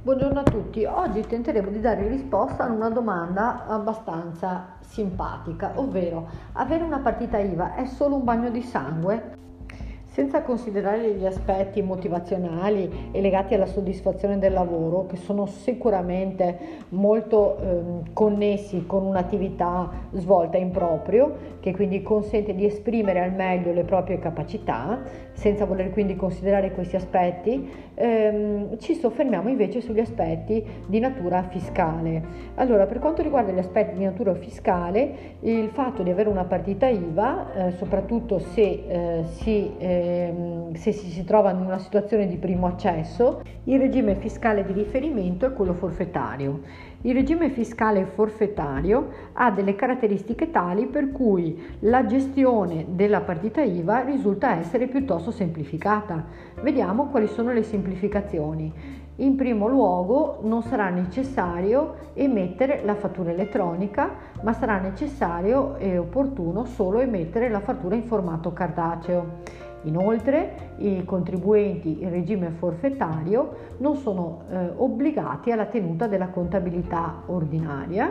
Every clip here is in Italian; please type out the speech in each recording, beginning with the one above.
Buongiorno a tutti, oggi tenteremo di dare risposta a una domanda abbastanza simpatica, ovvero avere una partita IVA è solo un bagno di sangue? Senza considerare gli aspetti motivazionali e legati alla soddisfazione del lavoro, che sono sicuramente molto connessi con un'attività svolta in proprio, che quindi consente di esprimere al meglio le proprie capacità, senza voler quindi considerare questi aspetti, ci soffermiamo invece sugli aspetti di natura fiscale. Allora, per quanto riguarda gli aspetti di natura fiscale, il fatto di avere una partita IVA, soprattutto se si trova in una situazione di primo accesso, il regime fiscale di riferimento è quello forfettario. Il regime fiscale forfettario ha delle caratteristiche tali per cui la gestione della partita IVA risulta essere piuttosto semplificata. Vediamo quali sono le semplificazioni. In primo luogo non sarà necessario emettere la fattura elettronica, ma sarà necessario e opportuno solo emettere la fattura in formato cartaceo. Inoltre i contribuenti in regime forfettario non sono obbligati alla tenuta della contabilità ordinaria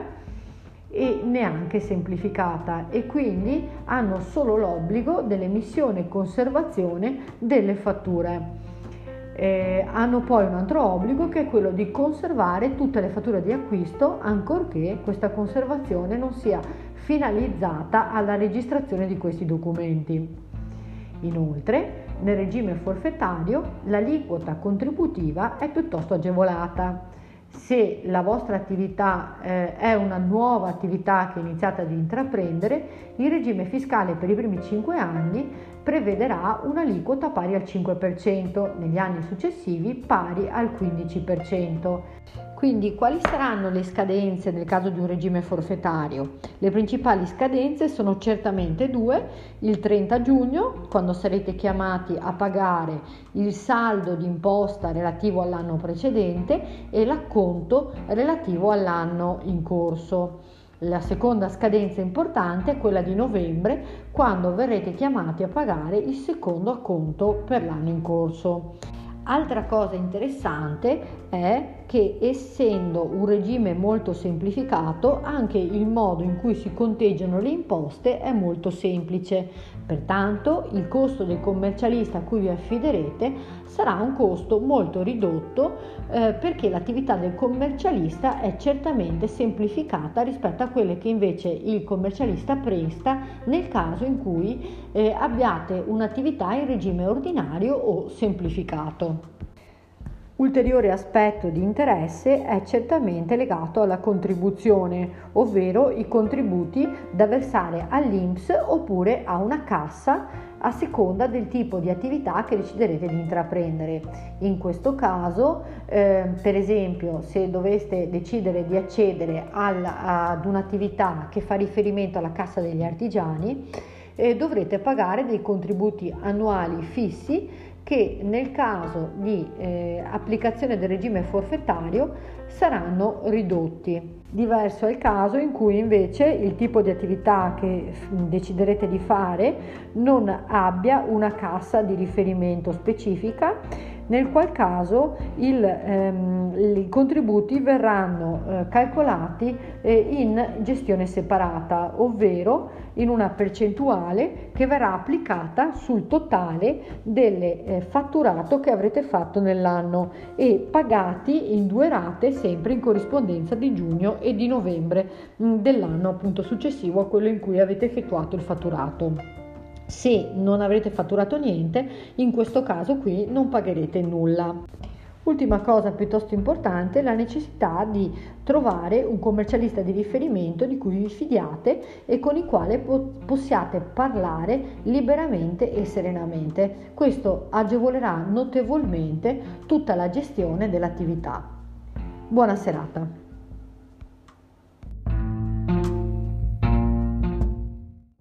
e neanche semplificata, e quindi hanno solo l'obbligo dell'emissione e conservazione delle fatture. Hanno poi un altro obbligo, che è quello di conservare tutte le fatture di acquisto, ancorché questa conservazione non sia finalizzata alla registrazione di questi documenti. Inoltre, nel regime forfettario l'aliquota contributiva è piuttosto agevolata. Se la vostra attività è una nuova attività che iniziate ad intraprendere, il regime fiscale per i primi 5 anni prevederà un'aliquota pari al 5%, negli anni successivi pari al 15%. Quindi quali saranno le scadenze nel caso di un regime forfettario? Le principali scadenze sono certamente due: il 30 giugno, quando sarete chiamati a pagare il saldo d'imposta relativo all'anno precedente, e l'acconto relativo all'anno in corso. La seconda scadenza importante è quella di novembre, quando verrete chiamati a pagare il secondo acconto per l'anno in corso. Altra cosa interessante è che, essendo un regime molto semplificato, anche il modo in cui si conteggiano le imposte è molto semplice. Pertanto il costo del commercialista a cui vi affiderete sarà un costo molto ridotto, perché l'attività del commercialista è certamente semplificata rispetto a quelle che invece il commercialista presta nel caso in cui abbiate un'attività in regime ordinario o semplificato. Ulteriore aspetto di interesse è certamente legato alla contribuzione, ovvero i contributi da versare all'INPS oppure a una cassa, a seconda del tipo di attività che deciderete di intraprendere. In questo caso, per esempio, se doveste decidere di accedere ad un'attività che fa riferimento alla Cassa degli Artigiani, dovrete pagare dei contributi annuali fissi, che nel caso di applicazione del regime forfettario saranno ridotti. Diverso è il caso in cui invece il tipo di attività che deciderete di fare non abbia una cassa di riferimento specifica, nel qual caso i contributi verranno calcolati in gestione separata, ovvero in una percentuale che verrà applicata sul totale del fatturato che avrete fatto nell'anno, e pagati in 2 rate, sempre in corrispondenza di giugno e di novembre dell'anno appunto successivo a quello in cui avete effettuato il fatturato. Se non avrete fatturato niente, in questo caso qui non pagherete nulla. Ultima cosa piuttosto importante: la necessità di trovare un commercialista di riferimento di cui vi fidiate e con il quale possiate parlare liberamente e serenamente. Questo agevolerà notevolmente tutta la gestione dell'attività. Buona serata.